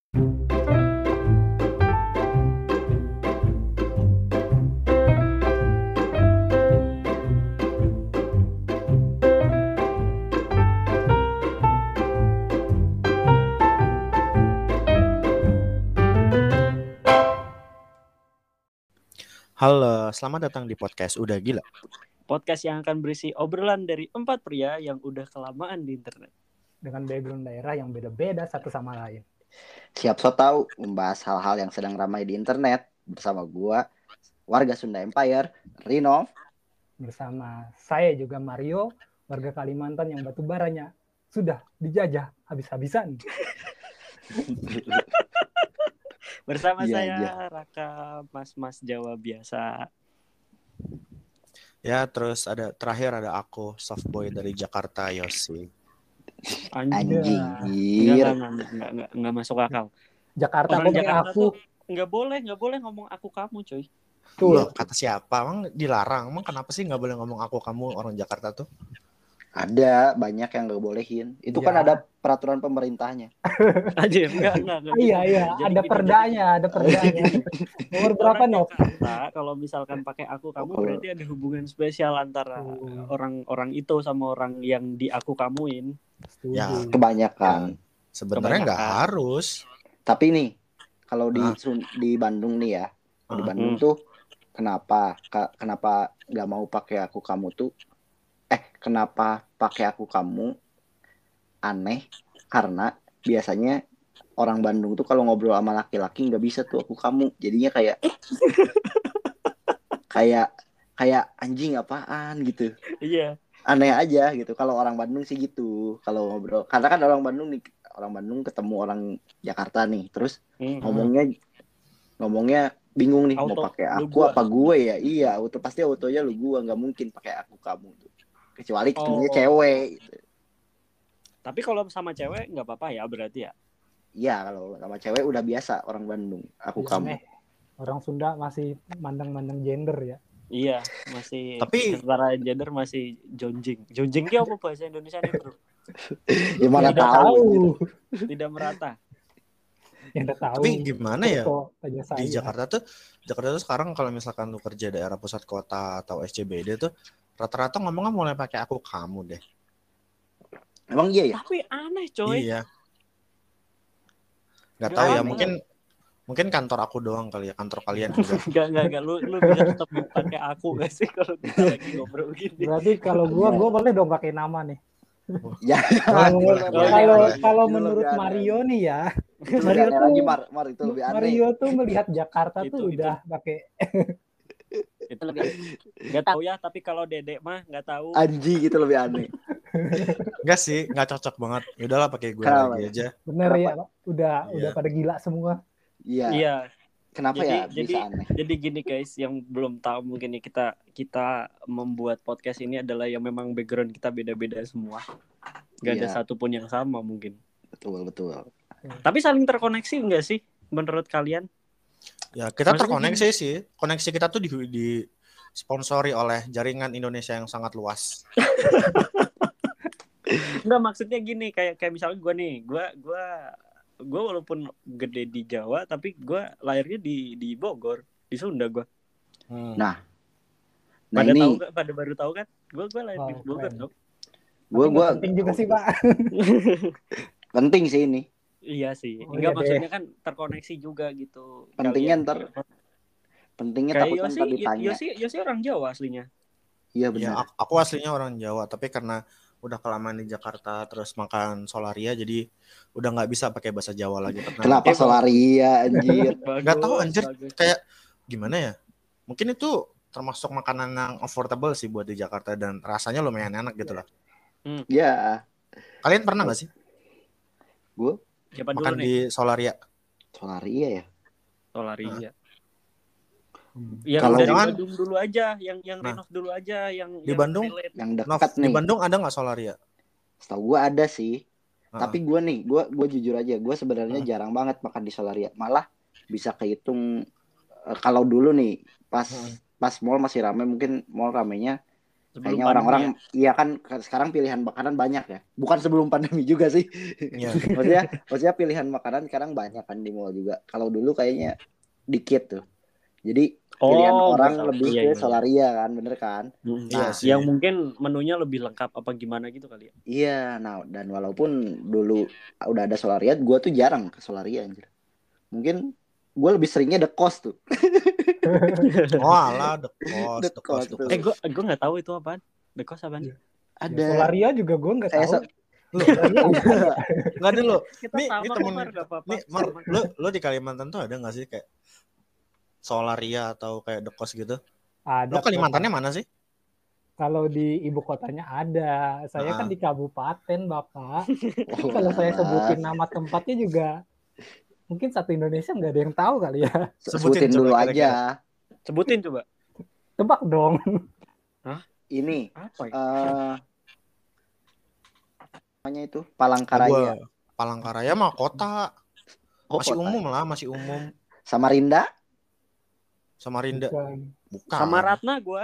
Halo, selamat datang di podcast Udah Gila. Podcast yang akan berisi obrolan dari 4 pria yang udah kelamaan di internet. Dengan background daerah yang beda-beda satu sama lain. Siap so tahu membahas hal-hal yang sedang ramai di internet bersama gua, warga Sunda Empire, Rino. Bersama saya juga Mario, warga Kalimantan yang batu baranya sudah dijajah habis-habisan. Bersama saya Raka, mas-mas Jawa biasa. Ya, terus terakhir ada aku, softboy dari Jakarta, Yosi. Anjing. Enggak masuk akal. Jakarta Orang kok Jakarta aku tuh enggak boleh ngomong aku kamu, coy. Loh, kata siapa? Emang dilarang? Emang kenapa sih nggak boleh ngomong aku kamu orang Jakarta tuh? Ada banyak yang nggak bolehin. Itu Ya. kan ada peraturan pemerintahnya. Aja enggak. Iya, Jadi ada gini, perdanya. Nomor berapa, orang Nok? Jakarta kalau misalkan pakai aku kamu berarti ada hubungan spesial antara orang itu sama orang yang di aku kamuin. Ya, Kebanyakan. sebenarnya nggak harus. Tapi nih, kalau di Bandung nih ya, di Bandung tuh kenapa nggak mau pakai aku kamu tuh? Kenapa pakai aku kamu aneh? Karena biasanya orang Bandung tuh kalau ngobrol sama laki-laki nggak bisa tuh aku kamu, jadinya kayak anjing apaan gitu. Iya. Aneh aja gitu. Kalau orang Bandung sih gitu. Kalau ngobrol, karena kan orang Bandung ketemu orang Jakarta nih, terus ngomongnya bingung nih, Auto, mau pakai aku gua. apa gue ya? Iya, pasti autonya lu gua, nggak mungkin pakai aku kamu tuh. Kecuali ketemunya cewek gitu. Tapi kalau sama cewek nggak apa-apa ya berarti ya? Iya, kalau sama cewek udah biasa orang Bandung. Aku kamu. Orang Sunda masih mandang-mandang gender ya. Iya, masih. Tapi secara gender masih jonjing. Jonjingnya apa bahasa Indonesia nih, Bro? Ya mana tahu. Gitu. Tidak merata. Yang tahu. Tapi gimana ya? Di saya. Jakarta tuh sekarang kalau misalkan lu kerja daerah pusat kota atau SCBD tuh rata-rata ngomongnya mulai pakai aku kamu deh. Emang iya ya? Tapi aneh, coy. Iya. Gak tahu ya, mungkin kantor aku doang kali ya, kantor kalian juga. Enggak. Lu bisa tetap pakai aku gak sih kalau kita lagi ngobrol gini? Berarti kalau gua boleh dong pakai nama nih. Ya. Kalau menurut Mario nih ya, Mario tuh melihat Jakarta tuh udah pakai itu lebih nggak tahu ya, tapi kalau Dedek mah nggak tahu. Anjing gitu lebih aneh. Enggak sih, nggak cocok banget. Ya udahlah pakai gue lagi aja. Bener ya, udah pada gila semua. Iya. Kenapa bisa aneh? Jadi gini guys, yang belum tahu mungkin ya, kita membuat podcast ini adalah yang memang background kita beda-beda semua. Gak ada satupun yang sama mungkin. Betul. Tapi saling terkoneksi enggak sih menurut kalian? Ya, kita terkoneksi sih. Koneksi kita tuh di sponsori oleh jaringan Indonesia yang sangat luas. Enggak, maksudnya gini, kayak misalnya gue walaupun gede di Jawa, tapi gue lahirnya di Bogor, di Sunda gue. Nah Pada baru tahu kan? Gue lahir di Bogor dong. Gue penting juga sih, Pak. Penting sih ini. Iya sih. Enggak, maksudnya kan terkoneksi juga gitu. Pentingnya takutnya ntar ditanya. Yosi orang Jawa aslinya. Iya benar. Ya, aku aslinya orang Jawa, tapi karena udah kelamaan di Jakarta terus makan solaria, jadi udah nggak bisa pakai bahasa Jawa lagi. Kenapa solaria anjir? Nggak tahu anjir, kayak gimana ya? Mungkin itu termasuk makanan yang affordable sih buat di Jakarta dan rasanya lumayan enak gitu lah. Ya. Kalian pernah nggak sih? Gue makan di Solaria. Solaria ya? Solaria. Yang dari Bandung dulu aja, yang Renov dulu aja, yang di Bandung, yang dekat nih. Di Bandung ada nggak Solaria? Setahu gue ada sih. Tapi gue jujur aja, gue sebenarnya jarang banget makan di Solaria. Malah bisa kehitung kalau dulu nih pas mall masih ramai, mungkin mall ramenya Kayaknya orang-orang iya kan sekarang pilihan makanan banyak ya. Bukan sebelum pandemi juga sih. Iya. maksudnya pilihan makanan sekarang banyak kan di mall juga. Kalau dulu kayaknya dikit tuh. Jadi pilihan orang lebih ke Solaria kan, bener kan? Nah, yang mungkin menunya lebih lengkap apa gimana gitu kali ya? Iya, nah dan walaupun dulu udah ada Solaria, gue tuh jarang ke Solaria anjir. Mungkin gue lebih seringnya The Cost tuh. Oh alah, The Cost. Gue nggak tahu itu apaan. The Cost apaan? Ada. Solaria juga gue nggak tahu. Nggak ada lo. Ini temen. Lo di Kalimantan tuh ada nggak sih kayak Solaria atau kayak The Cost gitu? Ada. Lo Kalimantannya mana sih? Kalau di ibu kotanya ada. Saya kan di kabupaten, Bapak. Kalau saya sebutin nama tempatnya juga mungkin satu Indonesia nggak ada yang tahu kali ya. Sebutin dulu aja. Sebutin coba. Tebak dong. Hah? Ini apa ya? Namanya itu Palangkaraya. Palangkaraya mah kota. Masih kota. Umum lah, masih umum. Samarinda? Bukan. Samaratna gue.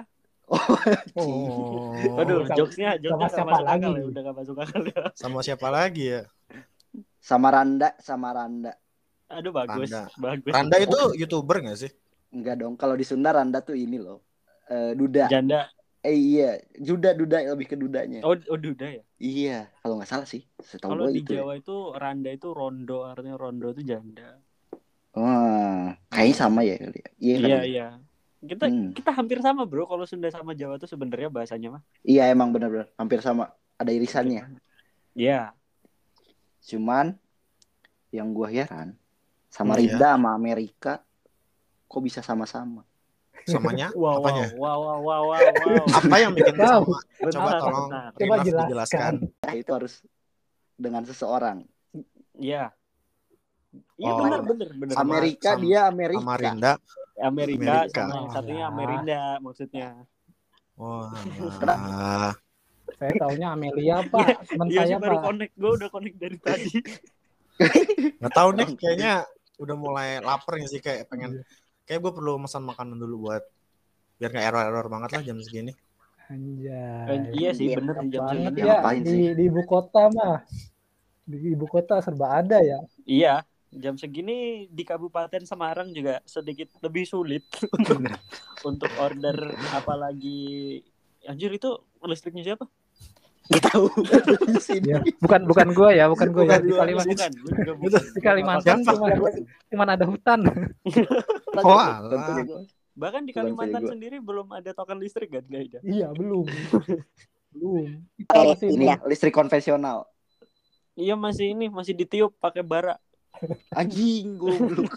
Aduh, jokesnya sama siapa lagi? Udah gak masuk akal ya. Sama siapa lagi ya? Samaranda. Aduh bagus. Randa itu YouTuber gak sih? Enggak dong. Kalau di Sunda Randa tuh ini loh. Duda. Janda. Iya, Duda lebih ke dudanya. Oh Duda ya? Iya, kalau nggak salah sih. Kalau di Jawa itu Randa itu rondo, artinya rondo itu janda. Wah, kayaknya sama ya. Iya. Kita hampir sama bro. Kalau Sunda sama Jawa tuh sebenarnya bahasanya mah. Iya emang benar-benar hampir sama. Ada irisannya. Iya. Cuman yang gua heran Samarinda sama Amerika kok bisa sama-sama? Samanya? Wow. Apa yang bikin sama? Coba tolong dijelaskan. Nah, itu harus dengan seseorang. Iya. Iya benar. Amerika dia Amerika. Amerika sama yang satunya Amerinda maksudnya. Wah. Saya taunya Amelia Pak. Teman saya baru Pak. Gue udah connect dari tadi. Nggak tahu nih, kayaknya udah mulai lapar sih kayak pengen. Kayak gue perlu pesan makanan dulu buat biar nggak error banget lah jam segini. Anjay. Iya sih bener sih jam segini. Ya, di ibu kota mah. Di ibu kota serba ada ya. Iya. Jam segini di Kabupaten Semarang juga sedikit lebih sulit untuk order, apalagi anjir itu listriknya siapa? Gak tahu. Ya, bukan gue ya di Kalimantan. Di Kalimantan cuma ada hutan. Bahkan di Kalimantan sendiri belum ada token listrik kan, guys? Iya, belum. Ini ya, listrik konvensional. Iya masih ditiup pakai bara. Anjing goblok.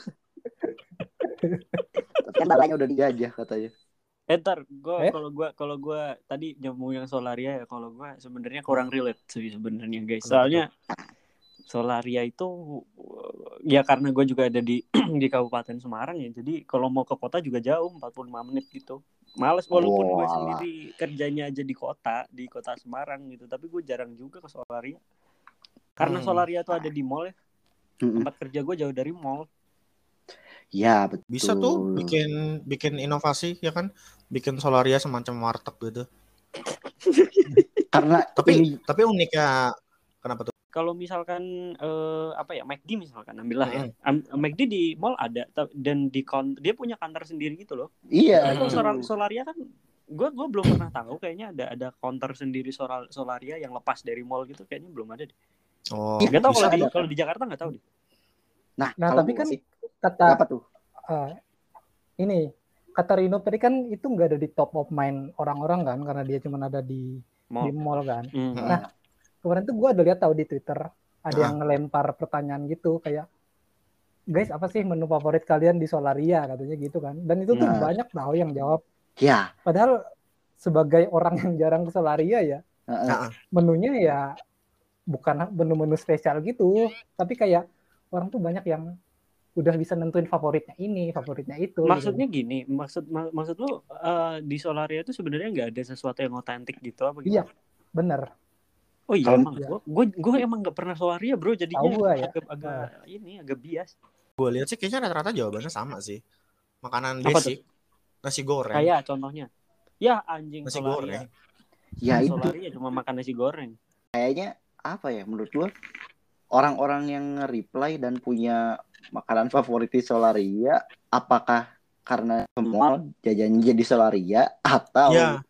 Kan baranya udah dijajah katanya. Kalau gue tadi nyambung yang Solaria ya, kalau gue sebenarnya kurang relate sih sebenarnya guys. Soalnya Solaria itu ya karena gue juga ada di Kabupaten Semarang ya. Jadi kalau mau ke kota juga jauh 45 menit gitu. Males walaupun gue sendiri kerjanya aja di kota Semarang gitu, tapi gue jarang juga ke Solaria. Karena Solaria tuh ada di mall ya. Tempat kerja gue jauh dari mall. Ya betul. Bisa tuh bikin inovasi ya kan, bikin Solaria semacam warteg gitu. Karena tapi uniknya kenapa tuh? Kalau misalkan McD misalkan ambillah ya. McD di mall ada dan dia punya kantor sendiri gitu loh. Iya. Kalau Solaria kan gue belum pernah tahu, kayaknya ada counter sendiri Solaria yang lepas dari mall gitu, kayaknya belum ada deh. Oh. Gak tahu kalau di Jakarta nggak tahu deh. Nah tapi kan kata apa tuh? Ini kata Rino tadi kan itu nggak ada di top of mind orang-orang kan, karena dia cuma ada di mall kan. Nah kemarin tuh gue ada lihat tahu di Twitter ada yang ngelempar pertanyaan gitu kayak, guys apa sih menu favorit kalian di Solaria katanya gitu kan, dan itu tuh banyak tahu yang jawab. Ya. Padahal sebagai orang yang jarang ke Solaria ya, menunya ya bukan menu-menu spesial gitu, tapi kayak orang tuh banyak yang udah bisa nentuin favoritnya ini, favoritnya itu. Maksudnya gitu. gini, maksud lu di Solaria itu sebenarnya nggak ada sesuatu yang otentik gitu apa gitu? Iya, bener. Oh iya, emang gue emang nggak pernah Solaria bro, jadinya agak bias. Gue lihat sih kayaknya rata-rata jawabannya sama sih. Makanan basic, nasi goreng. Kayak contohnya, ya anjing nasi Solaria. goreng. Ya itu Solaria cuma makan nasi goreng. kayaknya apa ya menurut gua, orang-orang yang nge-reply dan punya makanan favorit di Solaria, apakah karena ke mall jajannya jadi Solaria Iya.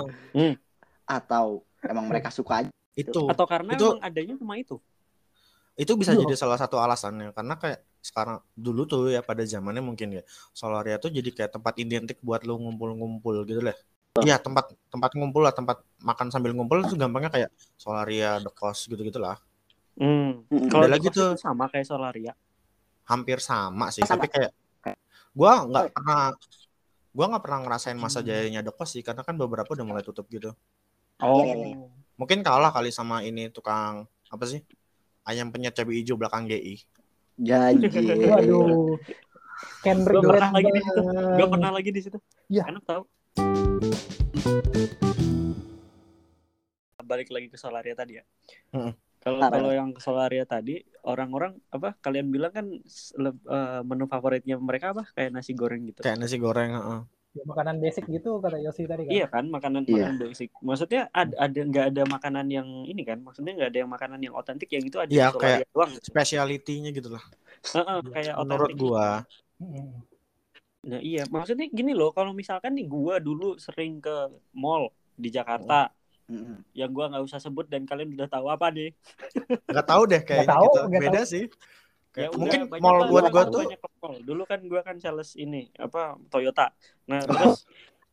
atau emang mereka suka aja Itu. Atau karena itu, emang adanya cuma itu. Itu bisa jadi salah satu alasannya, karena kayak sekarang dulu tuh ya pada zamannya mungkin ya Solaria tuh jadi kayak tempat identik buat lu ngumpul-ngumpul gitu lah. Iya, tempat ngumpul lah, tempat makan sambil ngumpul itu gampangnya kayak Solaria, The Kos gitu-gitulah. Kalau lagi tuh itu sama kayak Solaria. Hampir sama sih, tapi kayak gua nggak pernah ngerasain masa jayanya The Kos sih, karena kan beberapa udah mulai tutup gitu. Mungkin kalah kali sama ini tukang apa sih? Ayam penyet cabai hijau belakang GI. Janji. Waduh. Gue pernah lagi di situ. Iya. Enak tahu. Balik lagi ke Solaria tadi ya. Kalau yang ke Solaria tadi, orang-orang apa? Kalian bilang kan menu favoritnya mereka apa? Kayak nasi goreng gitu. Kayak nasi goreng, Ya, makanan basic gitu kata Yosi tadi kan. Iya kan, makanan basic. Maksudnya ada nggak ada makanan yang ini kan? Maksudnya nggak ada yang makanan yang otentik, yang itu ada di Solaria doang. Speciality-nya gitu lah. Kayak menurut gua. Nah iya, maksudnya gini loh, kalau misalkan nih gua dulu sering ke mall di Jakarta, yang gua nggak usah sebut dan kalian udah tahu apa nih? Nggak tahu deh kayaknya kita beda sih. Ya mungkin udah, mall buat gua tuh banyak ke mall. Dulu kan gua kan sales ini apa Toyota. Nah terus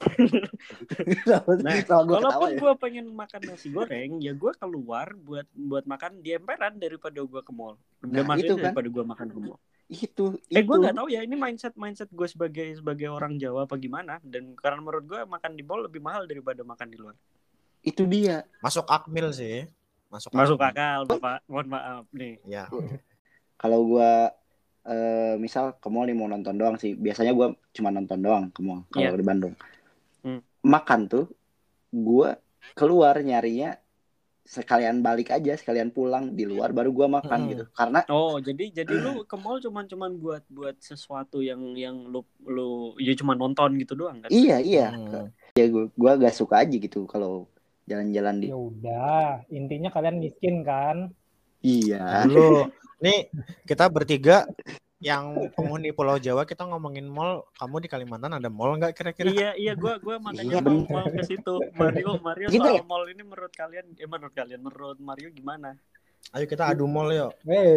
kalaupun gue pengen makan nasi goreng, ya gue keluar buat makan di emperan daripada gue ke mall. Udah itu kan daripada gue makan ke mall. Itu. Gue nggak tahu ya, ini mindset gue sebagai orang Jawa apa gimana. Dan karena menurut gue makan di mall lebih mahal daripada makan di luar. Itu dia. Masuk akmil sih. Masuk akal, Bapak. Mohon maaf nih. Ya. Kalau gue misal ke mall nih mau nonton doang sih. Biasanya gue cuma nonton doang ke mall kalau di Bandung. Makan tuh gue keluar nyarinya sekalian balik aja, sekalian pulang di luar baru gue makan gitu. Karena jadi lu ke mall cuman buat sesuatu yang lu ya cuma nonton gitu doang kan? Iya. Ya gue gak suka aja gitu kalau jalan-jalan di. Ya udah, intinya kalian miskin kan? Iya. Dulu nih kita bertiga yang penghuni Pulau Jawa, kita ngomongin mall. Kamu di Kalimantan ada mall nggak kira-kira? Iya gue makanya mau ke situ. Mario gitu soal ya? Mall ini menurut Mario gimana? Ayo kita adu mall yuk.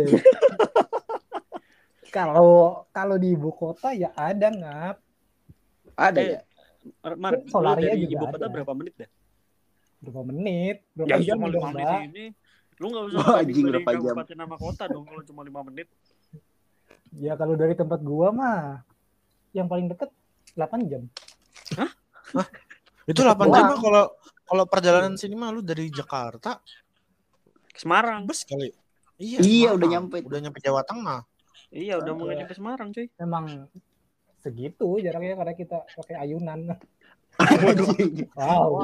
Kalau di ibu kota ya ada ngap. Ada ya. Solaria dari juga ibu kota ada. Berapa menit ya? Berapa menit? Ya cuma 5 menit ini. Lu nggak usah banding kabupaten sama kota dong kalau cuma 5 menit. Ya kalau dari tempat gua mah yang paling deket 8 jam. Hah? Itu 8 jam mah kalau perjalanan sini mah lu dari Jakarta ke Semarang. Bus kali. Iya, udah nyampe Jawa Tengah. Iya, udah mau nyampe Semarang, cuy. Emang segitu jaraknya karena kita pakai ayunan. Wow.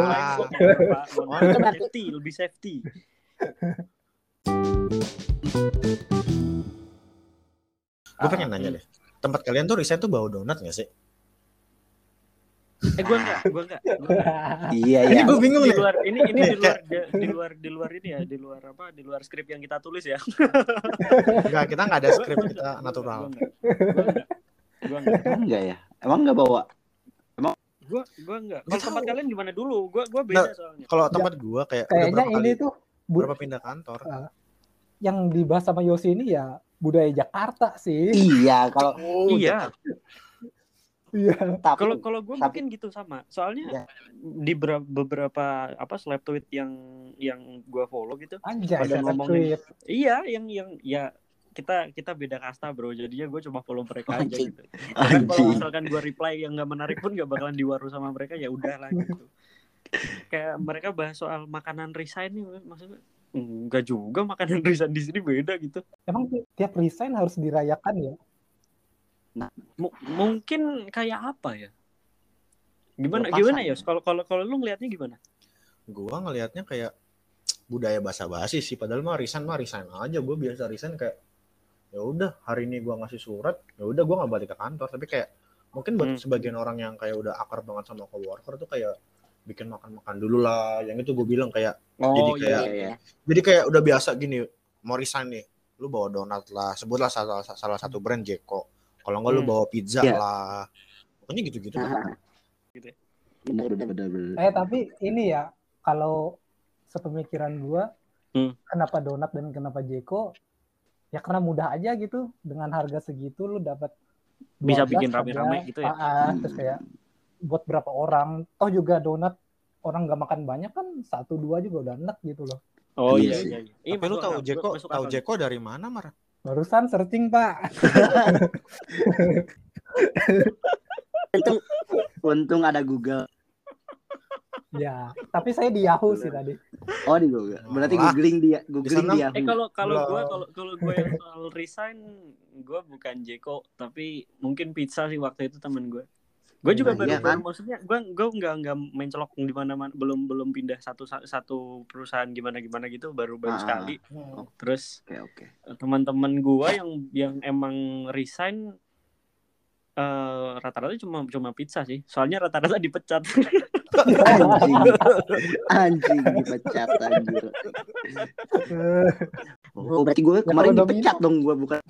Lebih safety. Gue pengen nanya deh, tempat kalian tuh resign tuh bawa donat nggak sih? Gue enggak. Iya. Ini gue bingung nih. Di luar skrip yang kita tulis ya. Enggak, kita nggak ada skrip, kita natural. Gue enggak ya. Emang nggak bawa? Gue enggak. Kalau tempat kalian gimana dulu? Gue beda soalnya. Kalau tempat gue kayaknya ini tuh berapa pindah kantor. Yang dibahas sama Yosi ini ya budaya Jakarta sih. Iya, kalau iya. Iya. Kalau gue mungkin gitu sama. Soalnya di beberapa slap tweet yang gue follow gitu. Pada ngomongin. Iya, yang ya kita beda kasta bro, jadinya gue cuma follow mereka aja gitu. Kan kalau misalkan gue reply yang nggak menarik pun nggak bakalan diwaru sama mereka, ya udahlah gitu. Kayak mereka bahas soal makanan resign nih, maksudnya enggak juga, makanan resign di sini beda gitu. Emang tiap resign harus dirayakan ya? Nah, mungkin kayak apa ya? Gimana ya? Kalau lu ngelihatnya gimana? Gua ngelihatnya kayak budaya basa-basi sih, padahal mah resign aja. Gue biasa resign kayak ya udah hari ini gue ngasih surat, ya udah gue nggak balik ke kantor. Tapi kayak mungkin buat sebagian orang yang kayak udah akar banget sama coworker tuh kayak bikin makan dulu lah. Yang itu gue bilang kayak Iya. jadi kayak udah biasa gini, mau resign nih, lu bawa donat lah, sebutlah salah satu brand Jeko. Kalau enggak lu bawa pizza lah. Pokoknya gitu-gitu. Bener. Tapi ini ya, kalau sepemikiran gua, kenapa donat dan kenapa Jeko? Ya karena mudah aja gitu, dengan harga segitu lu dapat bisa bikin rame-rame gitu ya. Terus kayak buat berapa orang? Toh juga donat orang nggak makan banyak kan 1-2 juga udah enak gitu loh. Oh iya. Tapi lu tahu Jeko dari mana, Mar? Barusan searching, Pak. Untung ada Google. Ya, tapi saya di Yahoo sih tadi. Oh, di Google. Berarti googling di Yahoo. Kalau gue yang soal resign, gue bukan Jeko, tapi mungkin pizza sih waktu itu temen gue. Gue juga baru maksudnya gue nggak mencolok di mana-mana, belum pindah satu perusahaan gimana gitu, baru sekali. Terus teman-teman gue yang emang resign rata-rata cuma pizza sih, soalnya rata-rata dipecat. anjing dipecat anjir. Oh, berarti gue kemarin dipecat dong, gue bukan.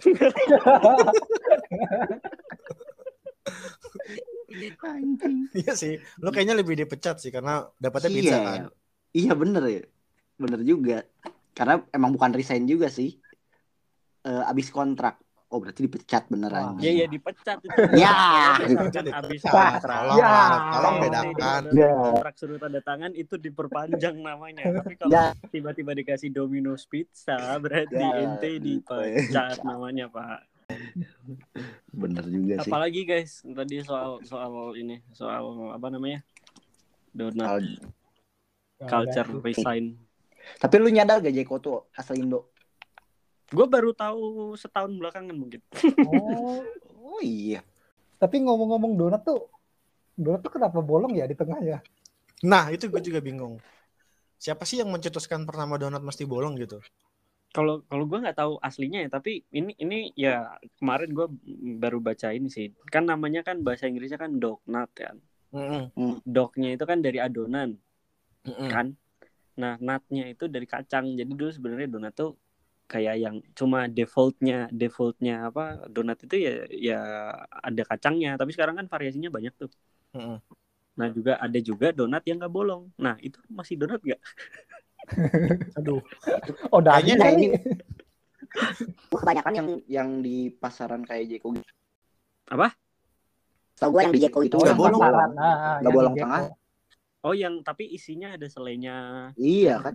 Iya sih, lo kayaknya lebih dipecat sih karena dapatnya pizza kan. Iya bener ya, bener juga. Karena emang bukan resign juga sih, abis kontrak. Oh berarti dipecat beneran. Iya dipecat itu. Ya. Abis kontrak. Tolong bedakan. Kontrak suruh tanda tangan itu diperpanjang namanya. Tapi kalau tiba-tiba dikasih Domino's Pizza berarti ente dipecat namanya, Pak. Bener juga sih. Apalagi guys, tadi soal ini, soal apa namanya? Donat culture resign. Tapi lu nyadar gak Jeko tuh asal Indo? Gue baru tahu setahun belakangan mungkin. Oh iya. Tapi ngomong-ngomong donat tuh kenapa bolong ya di tengahnya? Nah itu gue juga bingung. Siapa sih yang mencetuskan pertama donat mesti bolong gitu? Kalau gue nggak tahu aslinya ya, tapi ini ya kemarin gue baru baca ini sih. Kan namanya kan bahasa Inggrisnya kan dognut kan. Dognya itu kan dari adonan, kan. Nah nutnya itu dari kacang. Jadi dulu sebenarnya donat tuh kayak yang cuma defaultnya apa donat itu ya ada kacangnya, tapi sekarang kan variasinya banyak tuh. Nah ada juga donat yang nggak bolong. Nah itu masih donat nggak? Aduh. Oh kayaknya ini kebanyakan yang di pasaran kayak Jeko. Apa? Tahu gue yang di Jeko itu nggak bolong. Nggak bolong tengah. Oh yang tapi isinya ada selainya. Iya kan.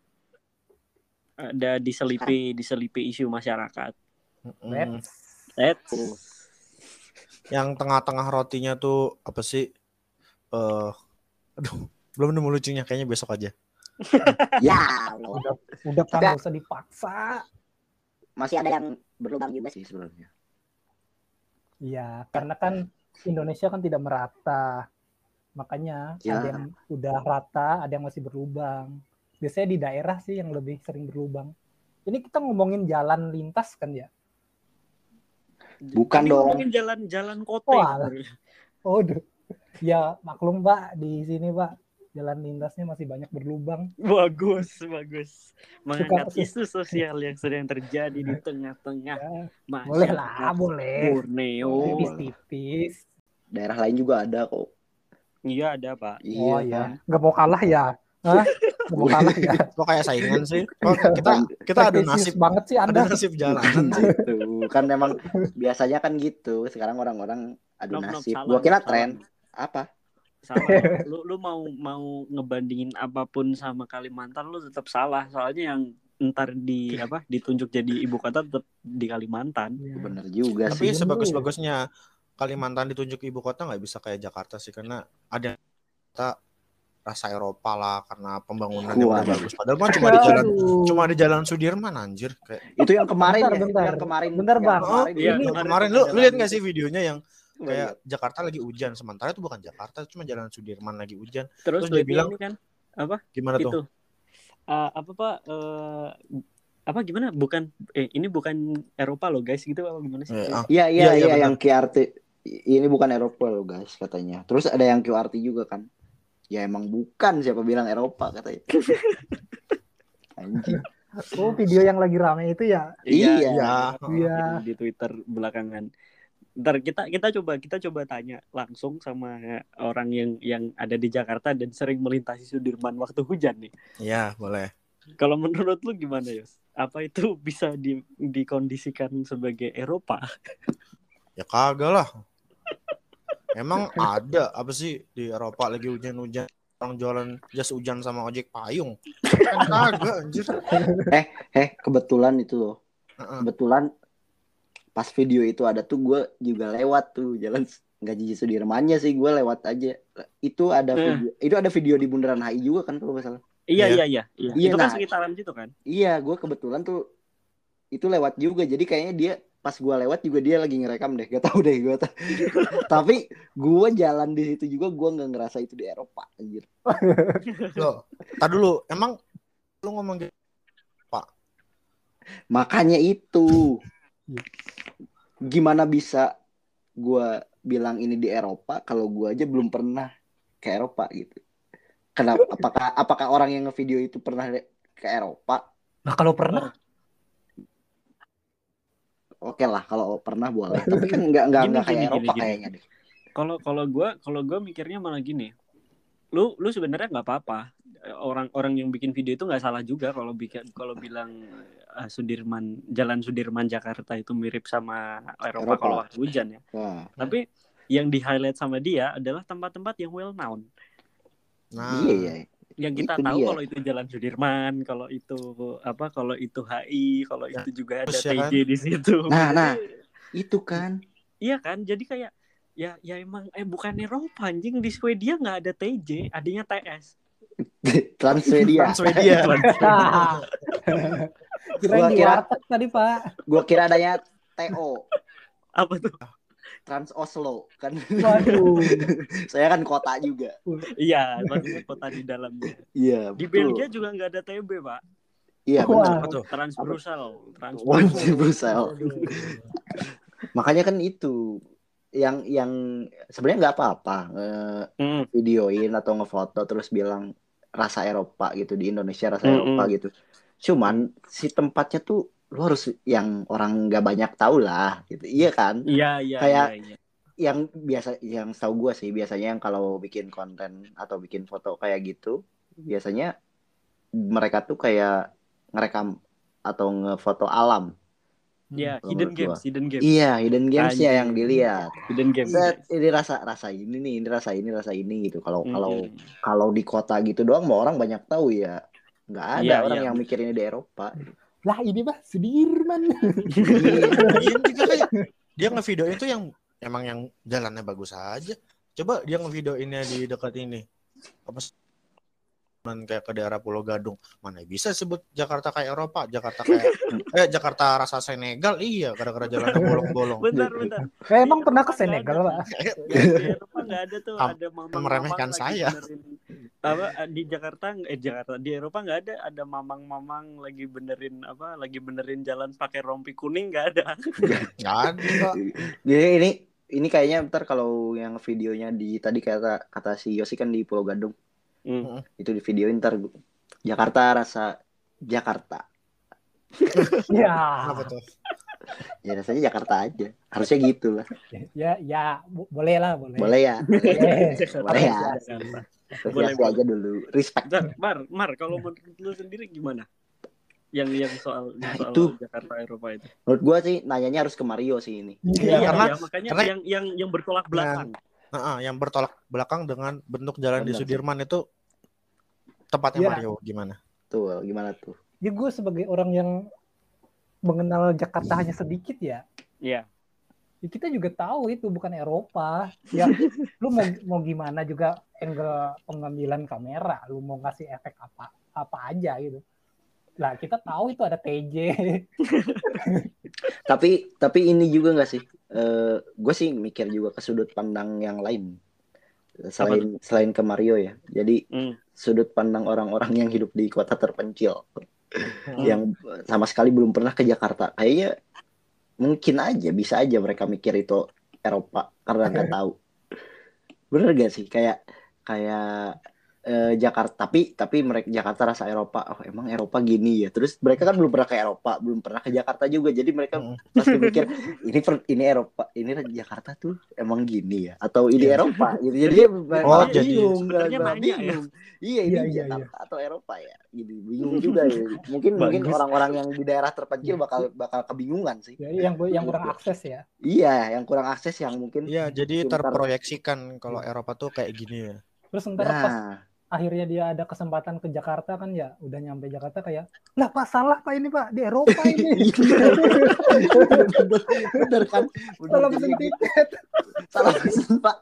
Ada diselipi isu masyarakat. Yang tengah-tengah rotinya tuh apa sih? Aduh, belum nemu lucunya, kayaknya besok aja. Ya, udah kan nggak usah dipaksa. Masih ada yang berlubang juga sih sebenarnya. Iya, karena kan Indonesia kan tidak merata. Makanya ada yang udah rata, ada yang masih berlubang. Biasanya di daerah sih yang lebih sering berlubang. Ini kita ngomongin jalan lintas kan ya? Bukan dong. Ngomongin jalan kota. Ya maklum Pak, di sini Pak jalan lintasnya masih banyak berlubang. Bagus. Mengangkat isu sosial yang sedang terjadi di tengah-tengah. Boleh lah, boleh. Borneo. Tipis-tipis. Daerah lain juga ada kok. Iya ada Pak. Oh iya. Nggak mau kalah ya? Nggak mau kalah ya? Kok kayak saingan sih? Kita ada nasib banget sih Anda. Ada nasib jalanan sih. Kan memang biasanya kan gitu. Sekarang orang-orang adu nasib. Gua kira tren. Apa? Sama. Lu mau ngebandingin apapun sama Kalimantan lu tetap salah. Soalnya yang ntar ditunjuk jadi ibu kota tetap di Kalimantan. Bener juga sih. Tapi sebagus-bagusnya Kalimantan ditunjuk ibu kota nggak bisa kayak Jakarta sih, karena ada kita rasa Eropa lah karena pembangunannya udah bagus. Padahal kan cuma di jalan Sudirman anjir kayak. Itu yang kemarin Bentar Bang. Kemarin lu lihat nggak sih videonya yang kayak Jakarta lagi hujan, sementara itu bukan Jakarta, cuma jalan Sudirman lagi hujan. Terus dia bilang kan apa? Gimana tuh? Apa Pak? Apa gimana? Bukan ini bukan Eropa loh guys, gitu apa gimana sih? Iya yang QRT. Ini bukan Eropa loh guys katanya. Terus ada yang QRT juga kan. Ya emang bukan, siapa bilang Eropa katanya. Anjing. Oh, video yang lagi rame itu ya? Iya. Iya. Di Twitter belakangan. Ntar kita coba tanya langsung sama orang yang ada di Jakarta dan sering melintasi Sudirman waktu hujan nih. Iya, boleh. Kalau menurut lu gimana, Yos? Apa itu bisa dikondisikan sebagai Eropa? Ya kagak lah. Emang ada apa sih di Eropa lagi hujan-hujan orang jualan jas hujan sama ojek payung? Kan kagak anjir. Kebetulan itu loh. Kebetulan pas video itu ada tuh gue juga lewat tuh jalan nggak Jiji Sudirmannya sih, gue lewat aja. Itu ada video di Bundaran HI juga kan kalau nggak salah. Iya. Itu kan sekitaran situ kan? Iya, gue kebetulan tuh itu lewat juga. Jadi kayaknya dia pas gue lewat juga dia lagi ngerekam deh. Gak tahu deh gue. Tapi gue jalan di situ juga gue nggak ngerasa itu di Eropa anjir. Loh, tar dulu. Emang lu ngomong gitu, Pak? Makanya itu. Gimana bisa gue bilang ini di Eropa kalau gue aja belum pernah ke Eropa gitu. Kenapa? Apakah orang yang ngevideo itu pernah ke Eropa? Nah, kalau pernah, oke lah, kalau pernah boleh. Tapi kan nggak kayak Eropa kayaknya deh. Kalau gue mikirnya malah gini. Lu sebenarnya nggak apa-apa. Orang yang bikin video itu nggak salah juga kalau bilang Jalan Sudirman Jakarta itu mirip sama Eropa kalau waktu hujan ya. Wah. Tapi yang di highlight sama dia adalah tempat-tempat yang well known. Nah, iya. Yang kita tahu kalau itu Jalan Sudirman, kalau itu HI, kalau itu juga ada TJ di situ. Nah, itu kan. Iya kan, jadi kayak ya emang bukan Eropa anjing, di Swedia nggak ada TJ, adanya TS. Transmedia. Kira di warteg tadi, Pak. Gua kira adanya TO. Apa tuh? Trans Oslo kan. Waduh. Saya kan kota juga. Iya, maksudnya kota di dalamnya. Iya, di Belgia juga nggak ada TB, Pak. Iya, benar. Trans Brussels. Makanya kan itu yang sebenarnya nggak apa-apa videoin atau ngefoto terus bilang rasa Eropa gitu, di Indonesia rasa Eropa gitu. Cuman si tempatnya tuh lu harus yang orang nggak banyak tahu lah gitu. Iya kan? Iya. Kayak yang tahu gue sih biasanya yang kalau bikin konten atau bikin foto kayak gitu biasanya mereka tuh kayak ngerekam atau ngefoto alam. Ya, hidden games. Iya, hidden games ya yang dilihat. Hidden games. Ini rasa ini nih, ini rasa ini gitu. Kalau di kota gitu doang mau orang banyak tahu ya. Nggak ada orang yang mikir ini di Eropa. Lah ini mah Sudirman. Dia ngevideoin itu yang emang yang jalannya bagus aja. Coba dia ngevideoinnya di dekat ini. Apa kayak ke daerah Pulau Gadung, mana bisa sebut Jakarta kayak Eropa, Jakarta rasa Senegal, iya gara-gara jalannya bolong-bolong. Bentar. Emang pernah ke Senegal, Pak? Di Eropa nggak ada tuh, ada mamang meremehkan saya. Di Jakarta di Eropa nggak ada mamang lagi benerin jalan pakai rompi kuning, nggak ada. Nggak ada. Jadi ini kayaknya ntar kalau yang videonya di tadi kata si Yosi kan di Pulau Gadung. Itu di video ntar Jakarta rasa Jakarta. Ya. Apa tuh? Ya rasanya Jakarta aja. Harusnya gitu lah. Ya, boleh lah, boleh. Boleh ya. Boleh ya. Boleh aja dulu. Respect. Mar, kalau menurut lu sendiri gimana? Yang soal itu, Jakarta Eropa itu. Menurut gua sih nanyanya harus ke Mario sih ini. Iya, makanya yang bertolak belakang. Yang bertolak belakang dengan bentuk jalan di Sudirman itu tempatnya Mario gimana? Tuh, gimana tuh? Ya gue sebagai orang yang mengenal Jakarta hanya sedikit ya. Iya. Ya kita juga tahu itu bukan Eropa. Ya, lu mau gimana juga angle pengambilan kamera, lu mau ngasih efek apa aja gitu. Lah kita tahu itu ada TJ. Tapi ini juga nggak sih? Gue sih mikir juga ke sudut pandang yang lain. Selain ke Mario ya. Jadi sudut pandang orang-orang yang hidup di kota terpencil. Yang sama sekali belum pernah ke Jakarta. Kayaknya mungkin aja, bisa aja mereka mikir itu Eropa karena nggak tahu. Bener gak sih? Kayak Jakarta, tapi mereka Jakarta rasa Eropa. Oh, emang Eropa gini ya. Terus mereka kan belum pernah ke Eropa, belum pernah ke Jakarta juga. Jadi mereka pasti mikir ini Eropa, ini Jakarta tuh emang gini ya atau ini Eropa gitu. Jadi dia bingung, bingung. Iya, ini Jakarta atau Eropa ya. Gitu. Bingung juga ya. Mungkin orang-orang yang di daerah terpencil bakal kebingungan sih. Ya, yang kurang akses ya. Iya, yang kurang akses yang mungkin. Iya, jadi terproyeksikan kalau Eropa tuh kayak gini ya. Terus ntar pas akhirnya dia ada kesempatan ke Jakarta kan ya, udah nyampe Jakarta kayak, lah Pak salah Pak ini Pak, di Eropa ini. Bener kan? Salah pesen tiket. Salah pesen Pak.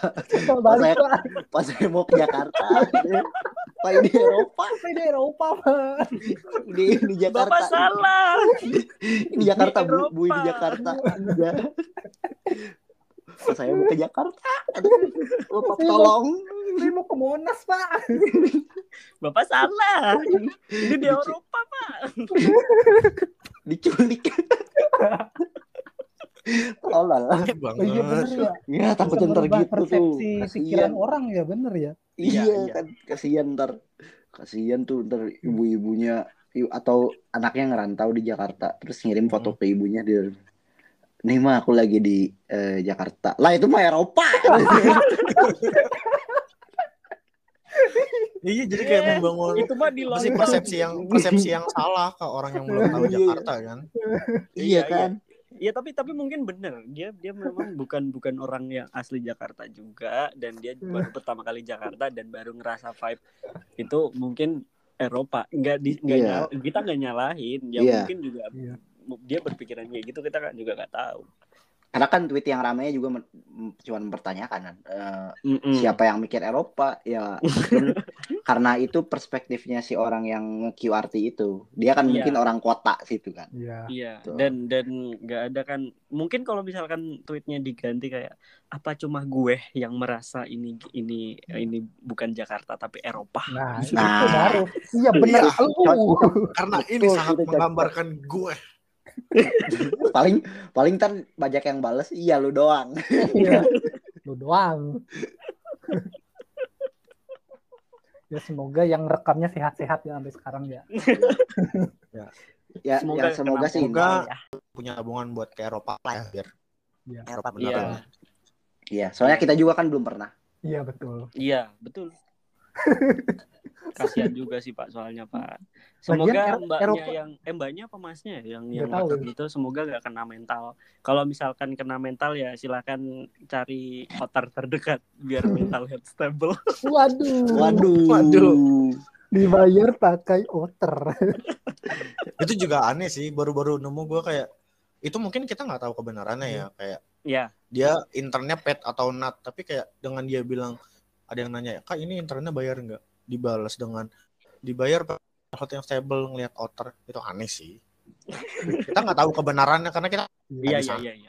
Pas saya mau ke Jakarta, Pak ini Eropa. Ini Eropa Pak. Ini Jakarta. Bapak salah. Ini Jakarta Bu, ini Jakarta. Pas saya mau ke Jakarta, aduh, Pak tolong. Saya mau ke Monas Pak. Bapak salah. Ini di Eropa Pak. Diculik. Tolol. Iya bener ya. Ya takutnya ntar gitu persepsi pikiran orang ya bener ya. Iya kan kasihan tuh ntar ibu-ibunya atau anaknya ngerantau di Jakarta terus ngirim foto ke ibunya nih mah aku lagi di Jakarta. Lah itu mah Eropa. Iya jadi kayak membangun itu mah di persepsi yang salah ke orang yang belum tahu Jakarta kan. Iya kan. Iya tapi mungkin bener dia memang bukan orang yang asli Jakarta juga dan dia baru pertama kali Jakarta dan baru ngerasa vibe itu mungkin Eropa kita nggak nyalahin ya mungkin juga dia berpikiran kayak gitu kita kan juga nggak tahu. Karena kan tweet yang ramai juga cuma mempertanyakan kan siapa yang mikir Eropa ya karena itu perspektifnya si orang yang QRT itu dia kan mungkin orang kota situ kan. Iya. Dan nggak ada kan mungkin kalau misalkan tweetnya diganti kayak apa cuma gue yang merasa ini bukan Jakarta tapi Eropa. Nah. Itu baru. Iya benar. Karena ini sangat menggambarkan gue. paling ntar banyak yang bales iya lu doang. Iya. Lu doang. Ya semoga yang rekamnya sehat-sehat ya sampai sekarang ya. Ya semoga sih punya tabungan buat ke Eropa lah ya biar Eropa benar. Iya, soalnya kita juga kan belum pernah. Iya betul. Iya betul. Kasihan juga sih Pak soalnya Pak. Semoga mbaknya apa masnya yang itu semoga gak kena mental. Kalau misalkan kena mental ya silakan cari otar terdekat biar mental health stable. Waduh. Dibayar pakai otter. Itu juga aneh sih baru-baru nemu gue kayak itu mungkin kita nggak tahu kebenarannya ya kayak dia internnya paid atau not tapi kayak dengan dia bilang ada yang nanya Kak ini internnya bayar nggak dibalas dengan dibayar hot yang stable ngelihat otter itu aneh sih. Kita nggak tahu kebenarannya karena kita iya.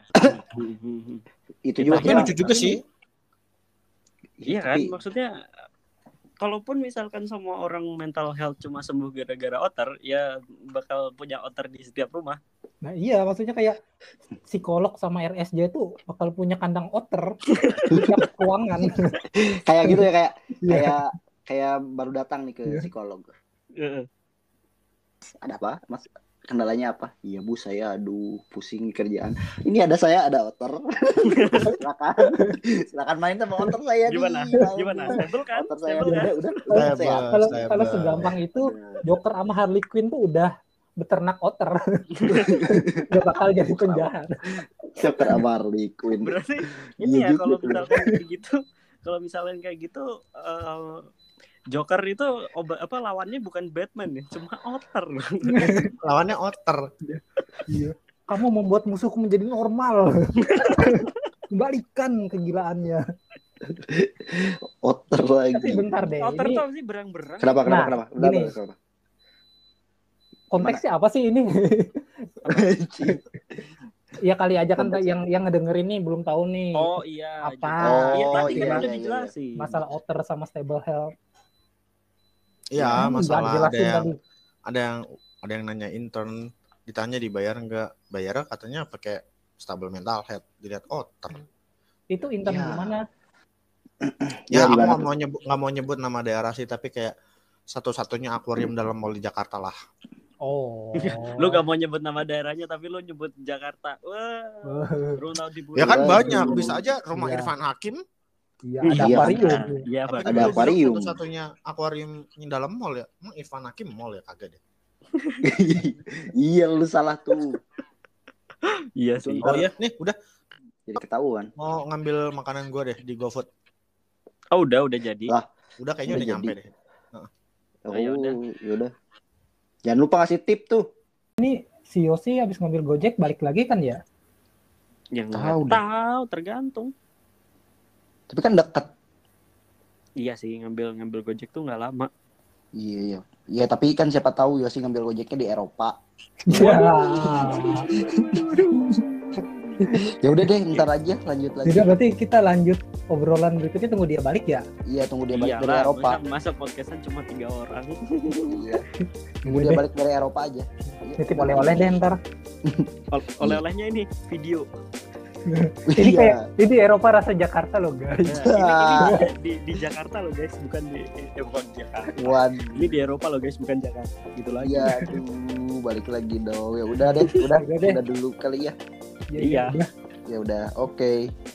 Itu juga tapi lucu juga sih. Iya kan maksudnya kalaupun misalkan semua orang mental health cuma sembuh gara-gara otter ya bakal punya otter di setiap rumah. Nah iya maksudnya kayak psikolog sama RSJ itu bakal punya kandang otter di setiap ruangan. Kayak gitu ya kayak baru datang nih ke psikolog. Ada apa Mas? Kendalanya apa? Iya Bu saya pusing kerjaan. Ini saya ada otter. Silakan main sama otter saya. Gimana? Stable kan? Otter saya udah sehat. Kalau segampang itu Joker sama Harley Quinn tuh udah beternak otter. Gak bakal jadi penjahat. Joker sama Harley Quinn. Berarti ini ya kalau misalnya kayak gitu Joker itu lawannya bukan Batman ya, cuma otter. Lawannya otter. Iya. Kamu membuat musuhku menjadi normal. Kembalikan kegilaannya. Otter lagi. Tapi bentar deh. Otter tuh sih berang-berang. Kenapa? Gini, konteksnya apa sih ini? Ya kali aja kan yang ngedenger ini belum tahu nih. Oh iya. Apa? Tadi kan udah dijelasin. Masalah otter sama stable health. Iya, masalah ada yang nanya intern ditanya dibayar enggak? Bayar katanya pakai stable mental health dilihat otter. Itu intern gimana? Ya aku nggak mau nyebut nama daerah sih, tapi kayak satu-satunya akuarium dalam mall di Jakarta lah. Oh. Lu gak mau nyebut nama daerahnya tapi lu nyebut Jakarta. Wah. Ya kan banyak, bisa aja rumah Irfan Hakim. Iya, ada akuarium. Iya, ada akuarium. Satu-satunya akuarium di dalam mall ya. Emang Irfan Hakim mall ya, kagak deh. Iya, lu salah tuh. Iya sih. Oh iya, nih udah. Jadi ketahuan. Mau ngambil makanan gua deh di GoFood. Oh, udah jadi. Lah, udah kayaknya udah nyampe deh. Oh, yaudah. Jangan lupa ngasih tip tuh. Ini si Yosi habis ngambil Gojek balik lagi kan ya? Yang tahu, tergantung. Tapi kan deket. Iya sih, ngambil Gojek tuh nggak lama. Iya. Iya, tapi kan siapa tahu Yosi ngambil Gojeknya di Eropa. Ya udah deh, ntar aja lanjut lagi. Tidak, berarti kita lanjut obrolan berikutnya, tunggu dia balik ya? Iya, tunggu dia balik dari Eropa. Masa podcastan cuma 3 orang. Iya. Tunggu dia balik dari Eropa aja. Titip oleh-oleh deh ntar. Oleh-olehnya ini video. Ini kayak ini Eropa rasa Jakarta loh guys. Ini di Jakarta loh guys, bukan di Jakarta. Ini di Eropa loh guys, bukan Jakarta. Gitu lagi. Iya, aduh, balik lagi dong. Ya udah deh, udah dulu kali ya. Iya. Ya udah, oke.